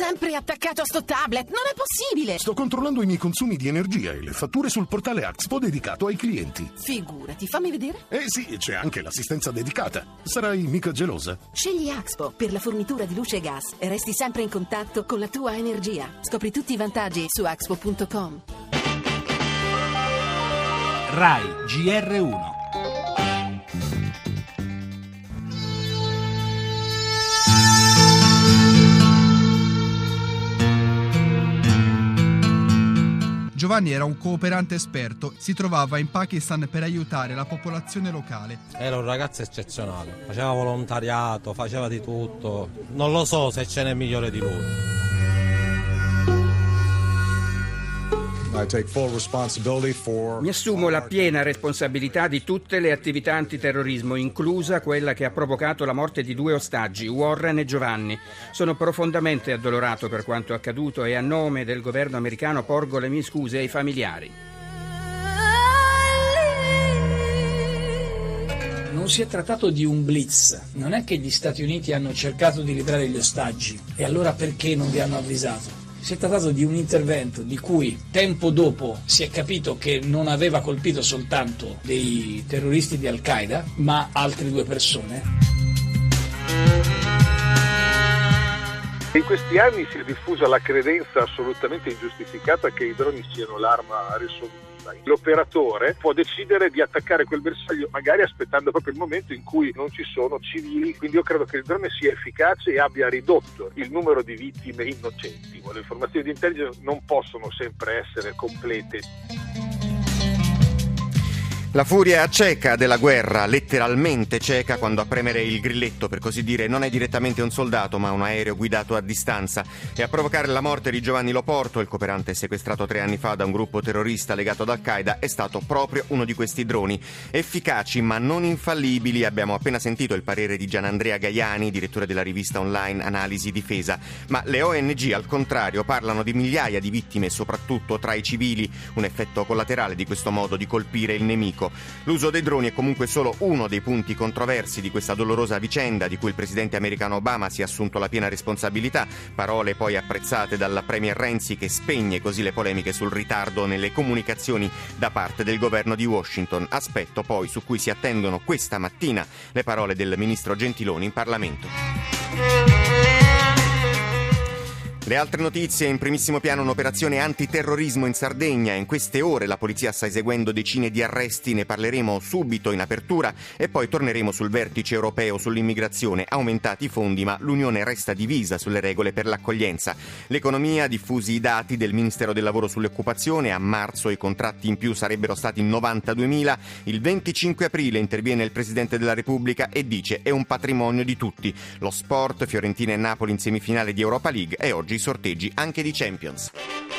sempre attaccato a sto tablet, non è possibile! Sto controllando i miei consumi di energia e le fatture sul portale Axpo dedicato ai clienti. Figurati, fammi vedere. Sì, c'è anche l'assistenza dedicata. Sarai mica gelosa? Scegli Axpo per la fornitura di luce e gas e resti sempre in contatto con la tua energia. Scopri tutti i vantaggi su axpo.com. Rai GR1. Giovanni era un cooperante esperto, si trovava in Pakistan per aiutare la popolazione locale. Era un ragazzo eccezionale, faceva volontariato, faceva di tutto, non lo so se ce n'è migliore di lui. Mi assumo la piena responsabilità di tutte le attività antiterrorismo, inclusa quella che ha provocato la morte di 2 ostaggi, Warren e Giovanni. Sono profondamente addolorato per quanto accaduto e a nome del governo americano porgo le mie scuse ai familiari. Non si è trattato di un blitz, non è che gli Stati Uniti hanno cercato di liberare gli ostaggi e allora perché non vi hanno avvisato? Si è trattato di un intervento di cui tempo dopo si è capito che non aveva colpito soltanto dei terroristi di Al-Qaeda, ma altre 2 persone. In questi anni si è diffusa la credenza assolutamente ingiustificata che i droni siano l'arma risolutiva. L'operatore può decidere di attaccare quel bersaglio magari aspettando proprio il momento in cui non ci sono civili, quindi io credo che il drone sia efficace e abbia ridotto il numero di vittime innocenti. Le informazioni di intelligence non possono sempre essere complete. La furia cieca della guerra, letteralmente cieca, quando a premere il grilletto, per così dire, non è direttamente un soldato ma un aereo guidato a distanza, e a provocare la morte di Giovanni Loporto, il cooperante sequestrato 3 anni fa da un gruppo terrorista legato ad Al-Qaeda, è stato proprio uno di questi droni. Efficaci ma non infallibili, abbiamo appena sentito il parere di Gianandrea Gaiani, direttore della rivista online Analisi Difesa, ma le ONG al contrario parlano di migliaia di vittime, soprattutto tra i civili, un effetto collaterale di questo modo di colpire il nemico. L'uso dei droni è comunque solo uno dei punti controversi di questa dolorosa vicenda di cui il presidente americano Obama si è assunto la piena responsabilità, parole poi apprezzate dal premier Renzi, che spegne così le polemiche sul ritardo nelle comunicazioni da parte del governo di Washington, aspetto poi su cui si attendono questa mattina le parole del ministro Gentiloni in Parlamento. Le altre notizie: in primissimo piano un'operazione antiterrorismo in Sardegna. In queste ore la polizia sta eseguendo decine di arresti, ne parleremo subito in apertura e poi torneremo sul vertice europeo sull'immigrazione. Aumentati i fondi ma l'Unione resta divisa sulle regole per l'accoglienza. L'economia, diffusi i dati del Ministero del Lavoro sull'occupazione, a marzo i contratti in più sarebbero stati 92.000. Il 25 aprile interviene il Presidente della Repubblica e dice: è un patrimonio di tutti. Lo sport, Fiorentina e Napoli in semifinale di Europa League, e oggi sorteggi anche di Champions.